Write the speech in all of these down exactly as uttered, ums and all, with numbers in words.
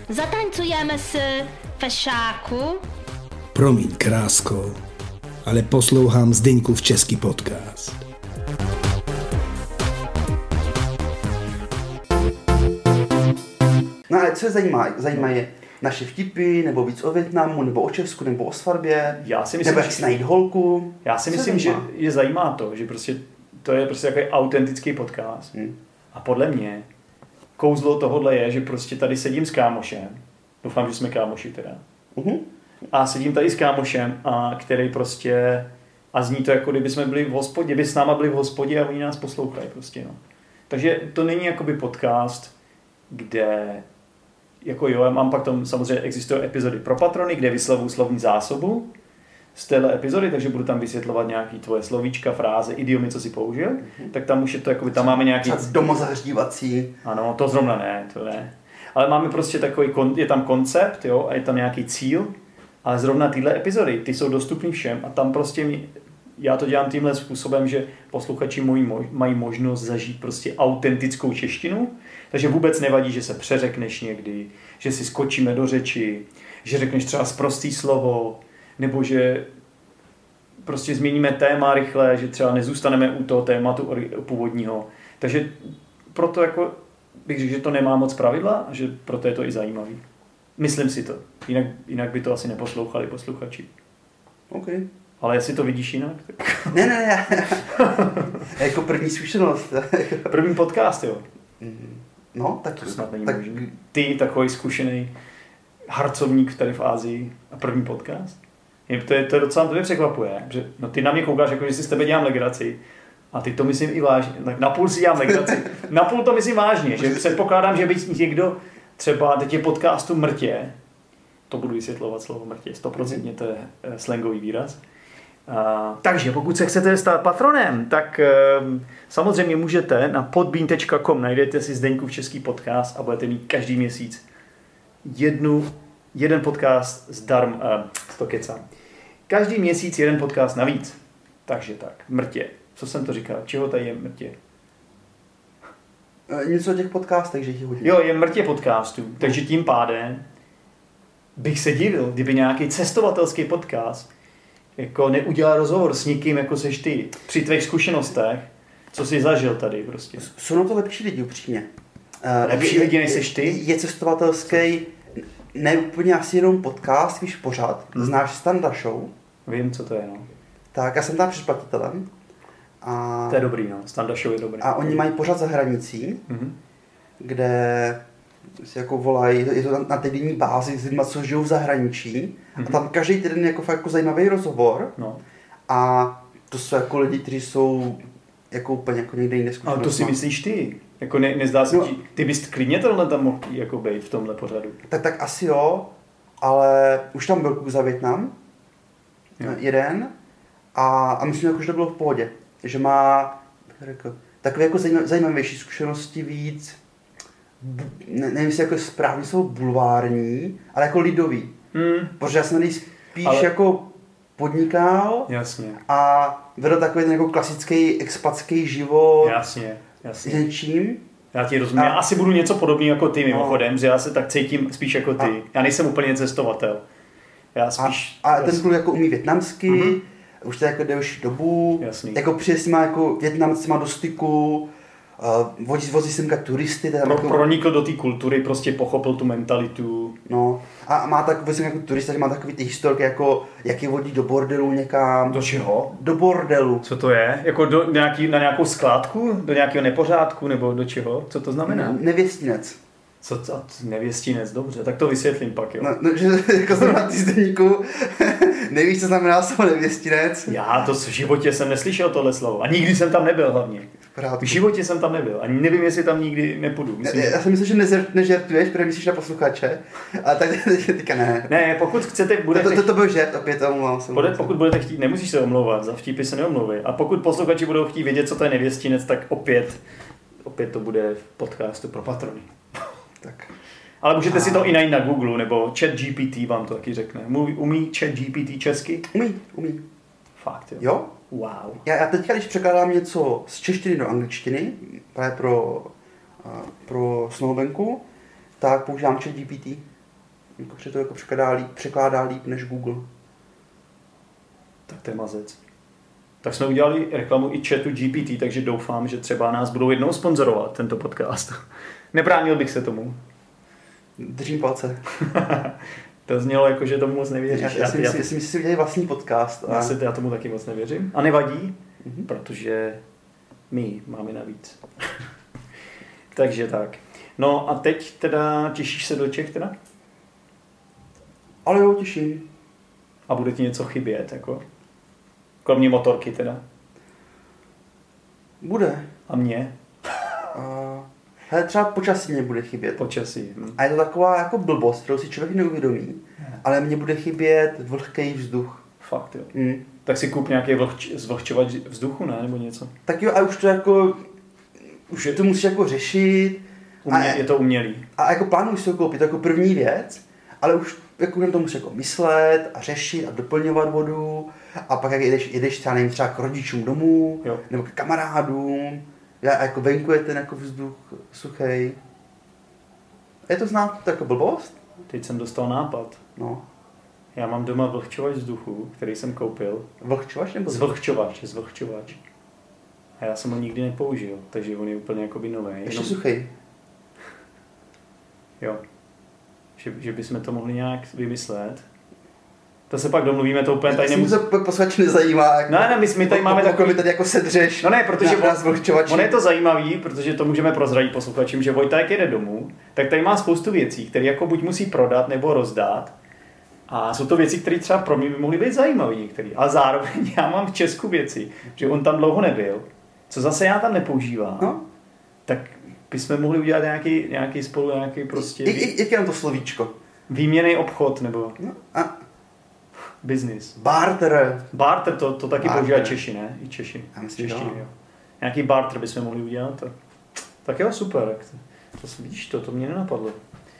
Zatancujeme s fešáku. Promiň, krásko, ale poslouchám Zdeňkův český podcast. No ale co je zajímá? Zajímá je naše vtipy, nebo víc o Vietnamu, nebo o Česku, nebo o svatbě, já si myslím, nebo jak si najít holku. Já si myslím, že je zajímá to, že prostě to je prostě takový autentický podcast. Hmm. A podle mě kouzlo tohohle je, že prostě tady sedím s kámošem, doufám, že jsme kámoši teda, uh-huh. a sedím tady s kámošem, a který prostě, a zní to jako kdyby jsme byli v hospodě, kdyby s náma byli v hospodě a oni nás poslouchají prostě, no. Takže to není jakoby podcast, kde, jako jo, já mám pak tam, samozřejmě existují epizody pro patrony, kde vyslovuju slovní zásobu z téhle epizody, takže budu tam vysvětlovat nějaký tvoje slovíčka, fráze, idiomy, co si použil, mm-hmm. tak tam už je to, jakoby, tam máme nějaký... Třeba domozahřívací. Ano, to zrovna ne, to ne. Ale máme prostě takový, je tam koncept, jo, a je tam nějaký cíl, ale zrovna tyhle epizody, ty jsou dostupný všem a tam prostě mi, já to dělám tímhle způsobem, že posluchači mají možnost zažít prostě autentickou češtinu, takže vůbec nevadí, že se přeřekneš někdy, že si skočíme do řeči, že řekneš třeba sprostý slovo, nebo že prostě změníme téma rychle, že třeba nezůstaneme u toho tématu původního. Takže proto jako bych řekl, že to nemá moc pravidla a že proto je to i zajímavý. Myslím si to. Jinak, jinak by to asi neposlouchali posluchači. OK. Ale jestli to vidíš jinak? Tak... Ne, ne, ne. Jako první zkušenost. První podcast, jo. No, tak to snad není tak... možný. Ty, takový zkušený harcovník tady v Asii a první podcast? Je, to, je, to je docela, to mě překvapuje, že no, ty na mě koukáš, jako že si s tebe dělám legraci a ty to myslím i vážně. Tak napůl si dělám legraci. Napůl to myslím vážně, že předpokládám, že by někdo třeba, teď je podcastu Mrtě, to budu vysvětlovat slovo mrtě, sto procent to je slangový výraz. A, takže pokud se chcete stát patronem, tak e, samozřejmě můžete na podbean tečka com, najdete si Zdeňkův český podcast a budete mít každý měsíc jednu, jeden podcast zdarma, e, to kecám. Každý měsíc jeden podcast navíc. Takže tak, Mrtě. Co jsem to říkal? Čeho tady je Mrtě? E, něco o těch podcastech, že jich hodně. Jo, je Mrtě podcastů, takže tím pádem bych se divil, kdyby nějaký cestovatelský podcast jako neudělal rozhovor s nikým, jako seš ty, při tvých zkušenostech, co jsi zažil tady prostě. Jsou na to lepší lidi, upřímně. Uh, lepší je, lidi, než seš ty? Je cestovatelský, ne úplně asi jenom podcast, víš, pořád. Hmm. Znáš Standa Show? Vím, co to je, no. Tak, já jsem tam předplatitelem. A... To je dobrý, no. Standa Show je dobrý. A oni mají pořád za hranicí, mm-hmm. kde si jako volají, je to na, na týdenní bázi s lidmi, co žijou v zahraničí. Mm-hmm. A tam každý týden je jako fakt jako zajímavý rozhovor. No. A to jsou jako lidi, kteří jsou jako úplně jako někde jinde zkušenost. Ale to si myslíš ty? Jako ne, nezdá se no. ti, ty bys klidně tohle tam mohl jako být v tomhle pořadu. Tak, tak asi jo, ale už tam byl kluk za Vietnam, jo. jeden, a, a myslím, jako, že to bylo v pohodě. Že má řekl, takové jako zajímavější zkušenosti víc, ne, nevím, jestli jako správně slovo bulvární, ale jako lidový. Hmm. Protože já jsem tady spíš ale... jako podnikal. Jasně. A vedl takový ten jako klasický expatský život. Jasně, jasně. S něčím. Já ti rozumím. A... Já asi budu něco podobný jako ty mimochodem, no. že já se tak cítím spíš jako ty. A... Já nejsem úplně cestovatel. Já spíš... A, a ten kluk jako umí vietnamsky, mm-hmm. už to jako delší dobu. Jasný. Jako přijde s nima jako Vietnamcima do styku, uh, vozí, vozí semka turisty. Pro, jako... Pronikl do té kultury, prostě pochopil tu mentalitu. No. A má takový jako turista, že má takový ty historky, jako jak je vodí do bordelu někam. Do čeho? Do bordelu. Co to je? Jako do nějaký, na nějakou skládku? Do nějakého nepořádku? Nebo do čeho? Co to znamená? Ne, nevěstinec. Co to? Nevěstinec, dobře. Tak to vysvětlím pak, jo. No, no že jako zrovna ty Zdeníku, nevíš, co znamená slovo nevěstinec? Já to v životě jsem neslyšel tohle slovo. A nikdy jsem tam nebyl hlavně. V životě jsem tam nebyl. Ani nevím, jestli tam nikdy nepůjdu. Myslím, já, já si myslím, že nežert, nežertuješ, protože myslíš na posluchače. A tak teďka ne. Ne, pokud chcete... Budete to, to, to byl žert, opět omlouvám se. Bude, pokud budete chtít, nemusíš se omlouvat, za vtipy se neomlouvej. A pokud posluchači budou chtít vědět, co to je nevěstinec, tak opět, opět to bude v podcastu pro patrony. Tak. Ale můžete a... si to i najít na Google, nebo ChatGPT vám to taky řekne. Mluví, umí ChatGPT česky? Umí, umí. Fakt, jo? Jo? Wow. Já, já teďka, když překládám něco z češtiny do angličtiny, právě pro, uh, pro Snowbanku, tak používám ChatGPT. Jako, že to jako překládá líp, překládá líp než Google. Tak to je mazec. Tak jsme udělali reklamu i chatu G P T, takže doufám, že třeba nás budou jednou sponzorovat tento podcast. Nebránil bych se tomu. Držím palce. To znělo jako, že tomu moc nevěříš. Já, já, já si myslím, že si udělali vlastní podcast. A... Já, se, já tomu taky moc nevěřím. A nevadí, mm-hmm. protože my máme navíc. Takže tak. No a teď teda těšíš se do Čech teda? Ale jo, těším. A bude ti něco chybět, jako? Kromě motorky teda? Bude. A mě? Uh, hele, třeba počasí mě bude chybět. Počasí. Hm. A je to taková jako blbost, kterou si člověk neuvědomí, ne. Ale mně bude chybět vlhký vzduch. Fakt jo. Mm. Tak si kup nějaký vlhč, zvlhčovač vzduchu, ne? Nebo něco? Tak jo, a už to jako, už to musíš jako řešit. Umě, a, je to umělý. A jako plánuji si to koupit, to jako první věc, ale už jako na to musíš jako myslet a řešit a doplňovat vodu. A pak jak jedeš, jedeš třeba, nevím, třeba k rodičům domů, jo. nebo k kamarádům. A jako venku je ten jako vzduch suchej. Je to znát to jako blbost? Teď jsem dostal nápad. No. Já mám doma vlhčovač vzduchu, který jsem koupil. Vlhčovač nebo? Zvlhčovač, zvlhčovač. A já jsem ho nikdy nepoužil, takže on je úplně jakoby nový. Ještě Jenom... suchej. Jo. Že, že bychom to mohli nějak vymyslet. To se pak domluvíme, to úplně tady nemusí... to posluchač nezajímá. Jako, ne, ne, my, my tady máme takový... My tady jako sedřeš. No ne, protože on, on je to zajímavý, protože to můžeme prozradit posluchačům, že Vojta, jak jede domů, tak tady má spoustu věcí, které jako buď musí prodat nebo rozdát. A jsou to věci, které třeba pro mě by mohly být zajímavé některé. Ale zároveň já mám v Česku věci, že on tam dlouho nebyl, co zase já tam nepoužívám. No. Tak bychom mohli udělat nějaký, nějaký spolu, nějaký prostě... Jak je na to slovíčko? Výměnný obchod, nebo... No, a... Business. Barter. Barter, to, to taky Barter. používají Češi, ne? I Češi. Já myslím, Čeští, jo. jo. Nějaký barter bychom mohli udělat. To. Tak jo, super. To, to, vidíš to, to mě nenapadlo.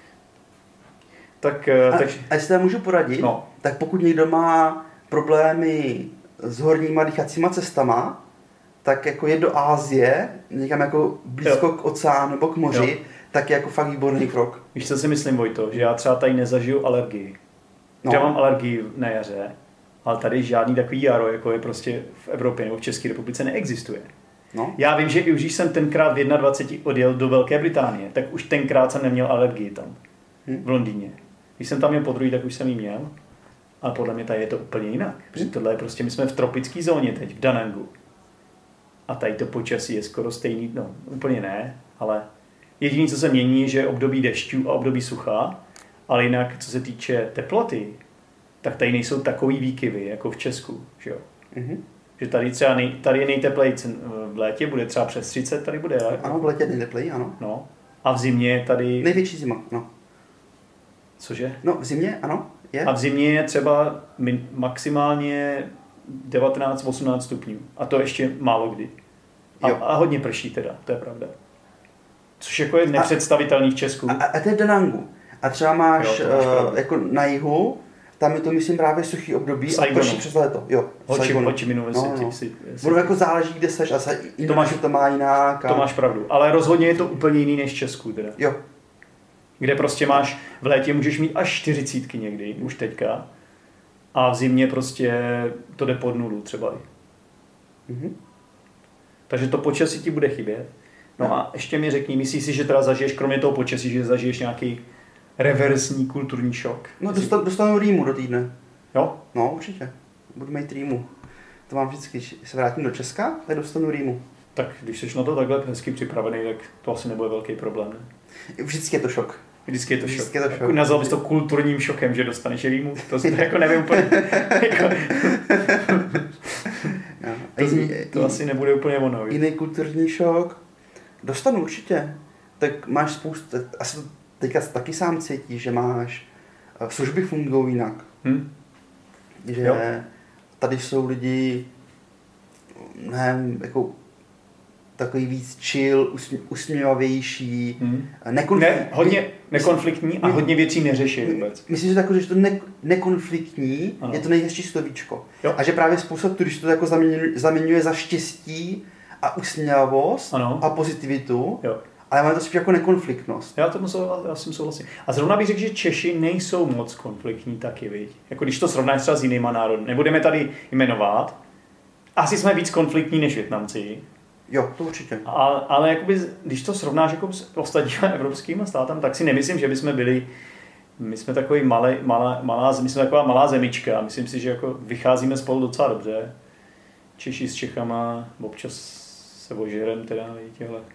Tak, a, tak... a jestli já můžu poradit, no. tak pokud někdo má problémy s horníma dýchacíma cestama, tak jako jít do Asie, někam jako blízko jo. k oceánu nebo k moři, jo. tak je jako fakt výborný krok. Víš, co si myslím, Vojto? Že já třeba tady nezažiju alergii. No. Já mám alergii na jaře, ale tady žádný takový jaro, jako je prostě v Evropě nebo v České republice, neexistuje. No. Já vím, že i už jsem tenkrát v dvaceti jedna odjel do Velké Británie, tak už tenkrát jsem neměl alergii tam, hmm. v Londýně. Když jsem tam měl podruhý, tak už jsem ji měl. Ale podle mě tady je to úplně jinak. Protože tohle je prostě, my jsme v tropické zóně teď, v Danangu. A tady to počasí je skoro stejný, no úplně ne, ale jediné, co se mění, že je období dešťů a období sucha, ale jinak, co se týče teploty, tak tady nejsou takový výkyvy, jako v Česku, že jo. Mm-hmm. Že tady třeba nej, tady je nejteplej v létě, bude třeba přes třicet, tady bude. Ano, v létě nejteplej, ano. No. A v zimě tady... Největší zima, no. Cože? No, v zimě, ano, je. A v zimě je třeba min, maximálně devatenáct osmnáct stupňů. A to ještě málo kdy. A, a hodně prší teda, to je pravda. Což jako je nepředstavitelný v Česku. A, a to je v Danangu. A třeba máš, jo, máš uh, jako na jihu, tam je to, myslím, právě suchý období a prší přes léto. Jo, Hočiminu no, no. si, si... Budu jako záleží, kde seš a se, to, máš, to má jinak. A... To máš pravdu, ale rozhodně je to úplně jiný než v Česku teda. Jo. Kde prostě máš, v létě můžeš mít až čtyřicítky někdy, už teďka, a v zimě prostě to jde pod nulu třeba. Mm-hmm. Takže to počasí ti bude chybět. No, no a ještě mi řekni, myslíš si, že teda zažiješ, kromě toho počasí, že zažiješ nějaký reverzní kulturní šok? No dostanu, dostanu rýmu do týdne. Jo? No určitě, budu mít rýmu. To mám vždycky, když se vrátím do Česka, tak dostanu rýmu. Tak když jsi na to takhle hezky připravený, tak to asi nebude velký problém, ne? Vždycky je to šok. Vždycky je to Vždycky šok. Je to šok. Nazval bys to kulturním šokem, že dostaneš rýmu? To si jako nevím úplně. jako... no. to, jiný, to asi nebude úplně ono. Jiný kulturní šok. Dostanu určitě. Tak máš spoustu, asi to teďka taky sám cítíš, že máš, služby fungují jinak. Hmm. Že jo. Tady jsou lidi, nevím, jako takový víc chill, usměvavější, hmm. nekonfliktní. Ne, hodně nekonfliktní a hodně věcí neřeší vůbec. Myslím, že to, jako, že to ne, nekonfliktní ano. Je to nejhezčí slovíčko. Jo. A že právě spousta turistů to jako zaměňuje, zaměňuje za štěstí a usměvavost ano. A pozitivitu. Jo. Ale máme to spíš jako nekonfliktnost. Já, tomu sou, já s tím souhlasím. A zrovna bych řekl, že Češi nejsou moc konfliktní taky, viď? Jako když to srovnáš třeba s jinýma národy. Nebudeme tady jmenovat. Asi jsme víc konfliktní než Vietnamci. Jo, to určitě. A, ale jakoby, když to srovnáš jako s ostatními evropskými státami, tak si nemyslím, že bychom byli, my jsme takový malý, malá, malá, my jsme taková malá zemička. Myslím si, že jako vycházíme spolu docela dobře. Češi s Čechama, občas se ožerem teda, víte, ale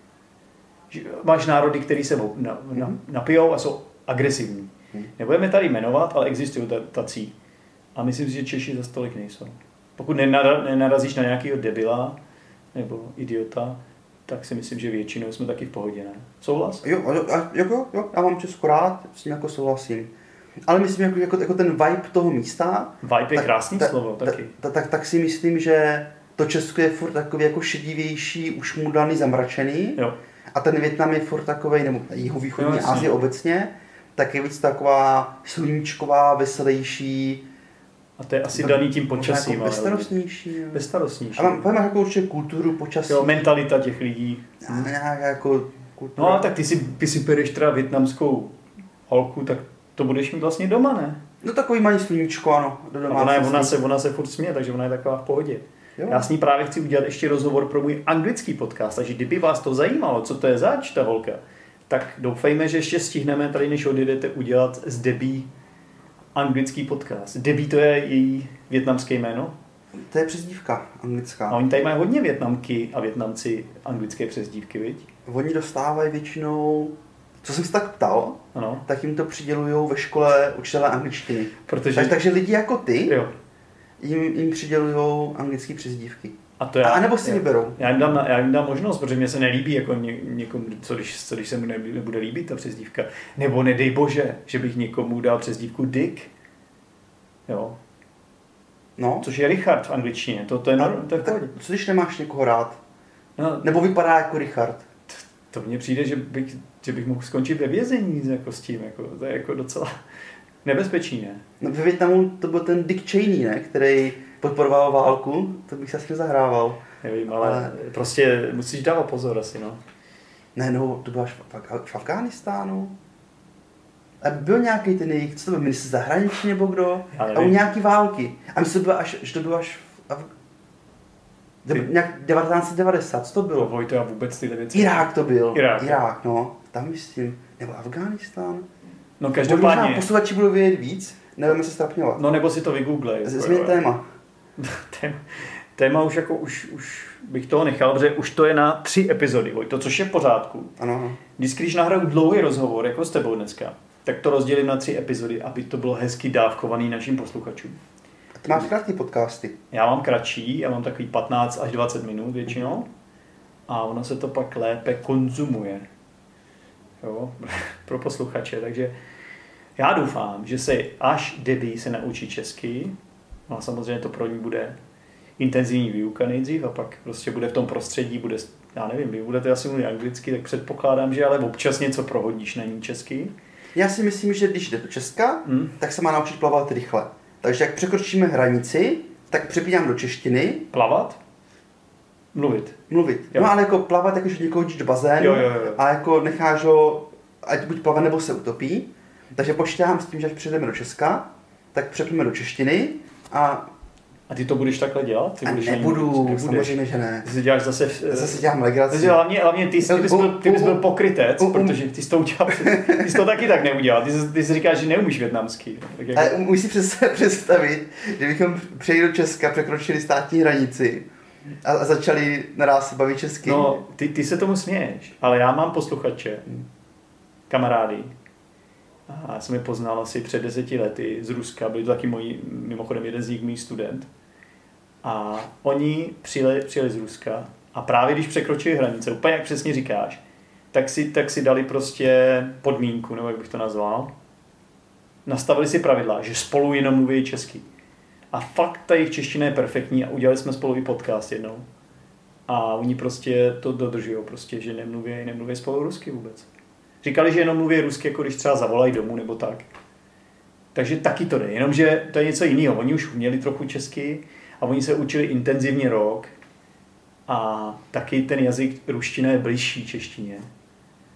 máš národy, který se na, na, napijou a jsou agresivní. Hmm. Nebudeme tady jmenovat, ale existují tací. A myslím si, že Češi za tolik nejsou. Pokud nenarazíš na nějakého debila nebo idiota, tak si myslím, že většinou jsme taky v pohodě, ne? Souhlas? Jo, jo, jo, jo, já mám Česko rád, s tím jako souhlasím. Ale myslím, jako, jako, jako ten vibe toho místa... Vibe je tak, krásný ta, slovo, ta, taky. Ta, ta, tak, tak si myslím, že to Česko je furt takový jako šedivější, ušmudaný, zamračený. Jo. A ten Vietnam je furt takovej, nebo jihovýchodní Asie obecně, tak je víc taková sluníčková, veselější. A to je asi daný tím počasím. Jako bezstarostnější. Bezstarostnější. A máš jako určitě kulturu, počasí. Jo, mentalita těch lidí. A nějak jako kultura. No a tak ty si, ty si bereš teda vietnamskou holku, tak to budeš mít vlastně doma, ne? No takový malý sluníčko, ano. Do ona, je, ona, se, ona se furt směje, takže ona je taková v pohodě. Jo. Já s ní právě chci udělat ještě rozhovor pro můj anglický podcast, takže kdyby vás to zajímalo, co to je zač, ta holka, tak doufejme, že ještě stihneme tady, než odjedete, udělat s Debbie anglický podcast. Debbie to je její vietnamské jméno? To je přezdívka anglická. A oni tady mají hodně Vietnamky a Vietnamci anglické přezdívky, viď? Oni dostávají většinou, co jsem se tak ptal, ano. Tak jim to přidělujou ve škole učitelé angličtiny. Protože... Tak, takže lidi jako ty jo. Jim, jim přidělujou anglické přezdívky. A to já, a nebo si já, vyberou. Já jim, dám, já jim dám možnost, protože mě se nelíbí jako ně, někomu, co když, co když se mu nebude líbit ta přezdívka. Nebo nedej bože, že bych někomu dal přezdívku Dick. Jo. No. Což je Richard v angličtině. To, to je, no, to je tak, co když nemáš někoho rád? No, nebo vypadá jako Richard? To mně přijde, že bych, že bych mohl skončit ve vězení jako s tím. Jako, to je jako docela nebezpečný, ne? No, ve Vietnamu to byl ten Dick Cheney, ne? Který podporoval válku. To bych se asi nezahrával. Nevím, ale, ale prostě musíš dávat pozor asi, no. Ne, no, to byl až v, v, v Afghánistánu. A byl nějaký ten jejich, co to byl, ministr zahraničí nebo kdo? A u nějaký války. A myslím, že to bylo až, že to bylo až v Af... Ty... nějak devatenáct set devadesát, co to bylo? No, Vojto, já vůbec tyhle věci. Irák to byl. Irák, Irák, no. Tam myslím. Nebo Afghánistán. No každopádně. Možná posluchači budou vědět víc, nebudeme se strapňovat. No nebo si to vygooglej. Změň téma. téma. Téma už jako, už, už bych toho nechal, protože už to je na tři epizody, Vojto, což je v pořádku. Ano. Vždycky, když nahraju dlouhý rozhovor, jako s tebou dneska, tak to rozdělím na tři epizody, aby to bylo hezky dávkovaný našim posluchačům. A ty máš kratší podcasty? Já mám kratší, já mám takový patnáct až dvacet minut většinou a ono se to pak lépe konzumuje. Jo, pro posluchače, takže já doufám, že se až Debbie se naučí česky, no a samozřejmě to pro ní bude intenzivní výuka nejdřív a pak prostě bude v tom prostředí, bude, já nevím, vy budete asi mluvit anglicky, tak předpokládám, že ale občas něco prohodíš na ní česky. Já si myslím, že když jde do Česka, hmm. tak se má naučit plavat rychle. Takže jak překročíme hranici, tak přepínám do češtiny. Plavat? Mluvit. Mluvit. Jo. No ale jako plavat, jakože někoho hodíš do bazénu jo, jo, jo. a jako necháš ho, ať buď plave nebo se utopí. Takže počítám s tím, že až přijdeme do Česka, tak přepneme do češtiny a... A ty to budeš takhle dělat? Ty a budeš nebudu, nebudeš. Samozřejmě, že ne. Ty si děláš zase... Zase si dělám legraci. Hlavně, hlavně ty, ty, bys byl, ty bys byl pokrytec, uh, uh, protože ty jsi to udělal, ty jsi to taky tak neudělal. Ty jsi, ty jsi říkáš, že neumíš vietnamský. Tak jako... Ale musíš si představit, že bychom přejeli do Česka, překročili státní hranici a, a začali naraz se bavit česky. No, ty, ty se tomu směješ, ale já mám posluchače, kamarády. A já jsem je poznal asi před deseti lety z Ruska, byli to taky moji, mimochodem jeden z nich můj student. A oni přijeli, přijeli z Ruska a právě když překročili hranice, úplně jak přesně říkáš, tak si, tak si dali prostě podmínku, nebo jak bych to nazval. Nastavili si pravidla, že spolu jenom mluví česky. A fakt ta jejich čeština je perfektní a udělali jsme spolu i podcast jednou. A oni prostě to dodržují, prostě, že nemluví, nemluví spolu rusky vůbec. Říkali, že jenom mluví rusky, jako když třeba zavolají domů nebo tak. Takže taky to jde, jenomže to je něco jiného. Oni už uměli trochu česky a oni se učili intenzivně rok. A taky ten jazyk ruština je bližší češtině.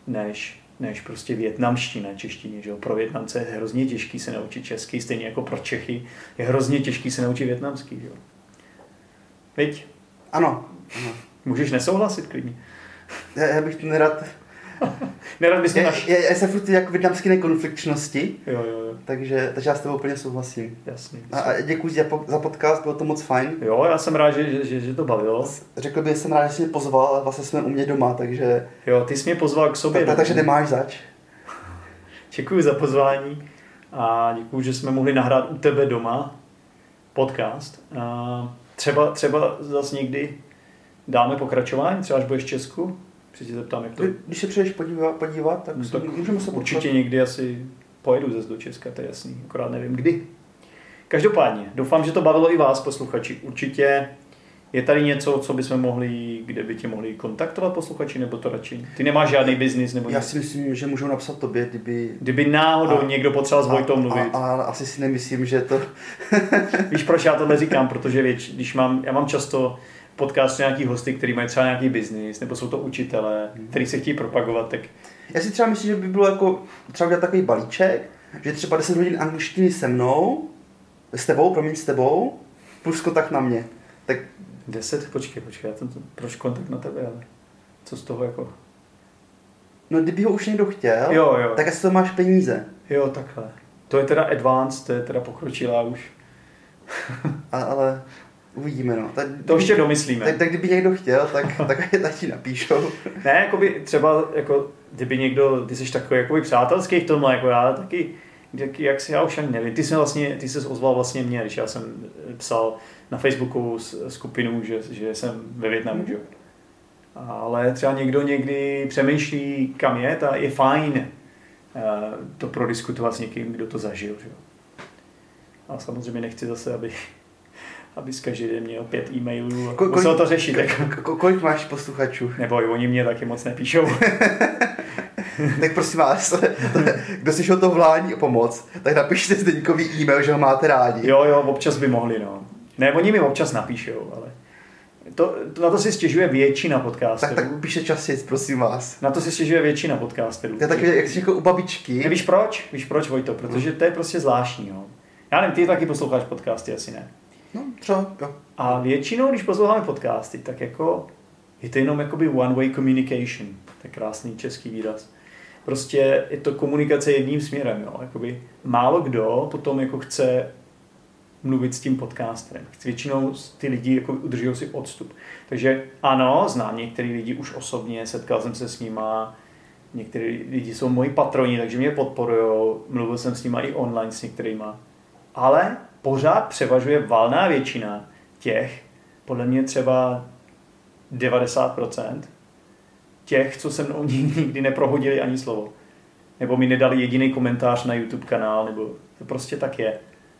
než, než prostě vietnamština, češtině. Že jo? Pro Vietnamce je hrozně těžký se naučit česky, stejně jako pro Čechy je hrozně těžký se naučit vietnamský. Že jo? Viď? Ano. ano. Můžeš nesouhlasit klidně. Já, já bych to nerad... nerad bys mě já, naš... já, já jsem furt jako vietnamský nekonfliktčnosti, jo, jo, jo. Takže, takže já s tebou úplně souhlasím. Jasně. A, a děkuji za, za podcast, bylo to moc fajn. Jo, já jsem rád, že, že, že to bavilo. Řekl bych, že jsem rád, že jsi mě pozval, ale vlastně jsme u mě doma, takže... Jo, ty jsi mě pozval k sobě. Ta, ta, takže nemáš zač. Děkuji za pozvání a děkuji, že jsme mohli nahrát u tebe doma podcast. A třeba, třeba zase někdy dáme pokračování, třeba až budeš v Česku. Přijď zeptám, jak to... Když se přijdeš podívat, podívat tak, no, si, tak můžeme se určitě potkat. někdy asi pojedu zase do Česka, to je jasný, akorát nevím kdy. Každopádně, doufám, že to bavilo i vás, posluchači. Určitě je tady něco, co bychom mohli, kde by tě mohli kontaktovat posluchači, nebo to radši? Ty nemáš žádný biznis? Nebo Já něco? si myslím, že můžou napsat tobě, kdyby... Kdyby náhodou a, někdo potřeboval s Vojtou mluvit. A, a, a asi si nemyslím, že to... Víš, proč já tohle říkám? Protože věč, když mám, já mám často podcast nějaký hosty, kteří mají třeba nějaký biznis, nebo jsou to učitelé, kteří se chtějí propagovat, tak... Já si třeba myslím, že by bylo jako třeba udělat takový balíček, že třeba deset hodin angličtiny se mnou, s tebou, promiň, s tebou, plus kontakt na mě. Tak... Deset? Počkej, počkej, já to, proč kontakt na tebe, ale co z toho jako... No, kdyby ho už někdo chtěl, jo, jo. tak asi to máš peníze. Jo, takhle. To je teda advanced, to je teda pokročilá už. A, ale uvidíme, no. Tak, to ještě domyslíme. Tak, tak kdyby někdo chtěl, tak, tak, tak ti napíšou. Ne, jakoby třeba, jako, kdyby někdo, ty jsi takový jakoby přátelský v tomhle, jako já taky, jak, jak si, já už ani nevím, ty jsi vlastně, ty jsi ozval vlastně mě, když já jsem psal na Facebooku skupinu, že, že jsem ve Vietnamu, že? Ale třeba někdo někdy přemýšlí, kam je, a je fajn to prodiskutovat s někým, kdo to zažil, že? A samozřejmě nechci zase, aby, aby z každý den měl pět e-mailů a Ko, musel to řešit. Ko, kolik máš posluchačů? Nebo i oni mě taky moc nepíšou. Tak prosím vás, kdo si šel to volání o pomoc, tak napište Zdeňkový e-mail, že ho máte rádi. Jo, jo, občas by mohli, no. Ne, oni mi občas napíšou, ale to, to, na to si stěžuje většina podcasterů. Tak, tak píše častěji, prosím vás. Na to si stěžuje většina podcasterů. To je taky, jak jsi řekl u babičky. Víš proč? Víš proč, Vojto? Protože to je prostě zvláštní, jo. Já nevím, ty taky posloucháš podcasty, asi ne. No, třeba, jo. A většinou, když posloucháme podcasty, tak jako je to jenom jakoby one-way communication. To je krásný český výraz. Prostě je to komunikace jedním směrem, jo. Jakoby málo kdo potom jako chce mluvit s tím podcasterem. Většinou ty lidi jako udržují si odstup. Takže ano, znám některý lidi už osobně, setkal jsem se s nima, některý lidi jsou moji patroni, takže mě podporujou, mluvil jsem s nima i online s některýma. Ale pořád převažuje valná většina těch, podle mě třeba devadesát procent těch, co se mnou nikdy neprohodili ani slovo. Nebo mi nedali jediný komentář na YouTube kanál, nebo to prostě tak je.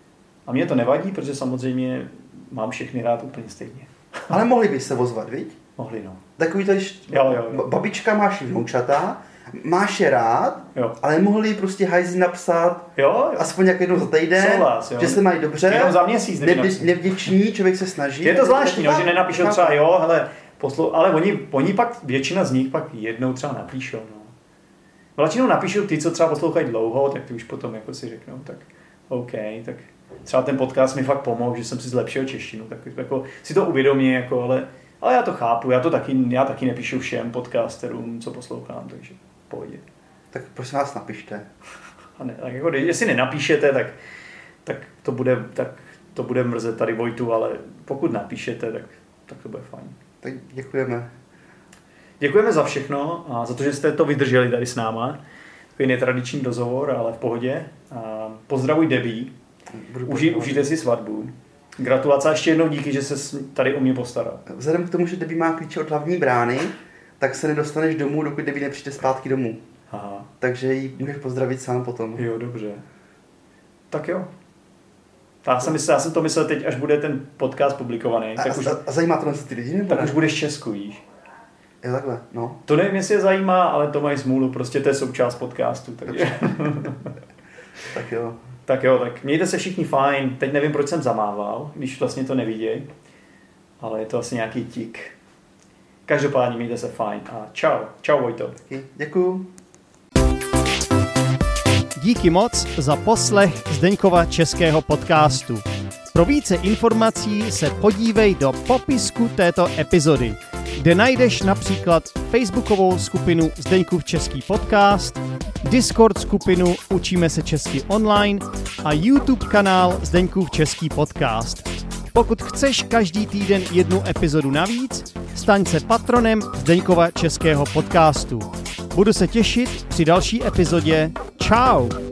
A mě to nevadí, protože samozřejmě mám všechny rád úplně stejně. Ale mohli by se ozvat, viď? Mohli, no. Takový to, když jo, jo, jo. babička máš vnoučata, máš je rád, jo. ale mohli prostě hajzi napsat jo, jo. aspoň jak jednou za týden, Souhlas, že se mají dobře, jenom za měsíc nevděč, nevděční, člověk se snaží. Je to zvláštní, no, že nenapíšou třeba jo, hele, poslu... ale oni, oni pak, většina z nich pak jednou třeba napíšou. No. Většinou napíšou ty, co třeba poslouchají dlouho, tak ty už potom jako si řeknou, tak OK, tak třeba ten podcast mi fakt pomohl, že jsem si zlepšil češtinu, tak jako si to uvědomí, jako, ale, ale já to chápu, já to taky, já taky nepíšu všem podcasterům, co poslouchám, takže pohodě. Tak prosím vás napište. A ne, tak jako, jestli nenapíšete, tak, tak, to bude, tak to bude mrzet tady Vojtu, ale pokud napíšete, tak, tak to bude fajn. Tak děkujeme. Děkujeme za všechno a za to, že jste to vydrželi tady s náma. Takový netradiční rozhovor, ale v pohodě. A pozdravuj Debbie. Užij, užijte si svatbu. Gratulace a ještě jednou díky, že se tady o mě postaral. Vzhledem k tomu, že Debbie má klíče od hlavní brány, tak se nedostaneš domů, dokud Debbie nepřijde zpátky domů. Aha. Takže ji můžeš pozdravit sám potom. Jo, dobře. Tak jo. Já jsem, myslel, já jsem to myslel teď, až bude ten podcast publikovaný. A, tak a, už, a zajímá to ty lidi, nebo tak ne? už budeš v Česku, víš. Jo, takhle, no. To nevím, jestli je zajímá, ale to mají smůlu, prostě to je součást podcastu. Takže. Tak jo. Tak jo, tak mějte se všichni fajn. Teď nevím, proč jsem zamával, když vlastně to neviděj. Ale je to asi nějaký tik. Každopádně mějte se fajn a čau. Čau Vojto. Děkuju. díky moc za poslech Zdeňkova českého podcastu. Pro více informací se podívej do popisku této epizody, kde najdeš například facebookovou skupinu Zdeňkův český podcast, Discord skupinu Učíme se česky online a YouTube kanál Zdeňkův český podcast. Pokud chceš každý týden jednu epizodu navíc, staň se patronem Zdeňkova českého podcastu. Budu se těšit při další epizodě. Čau!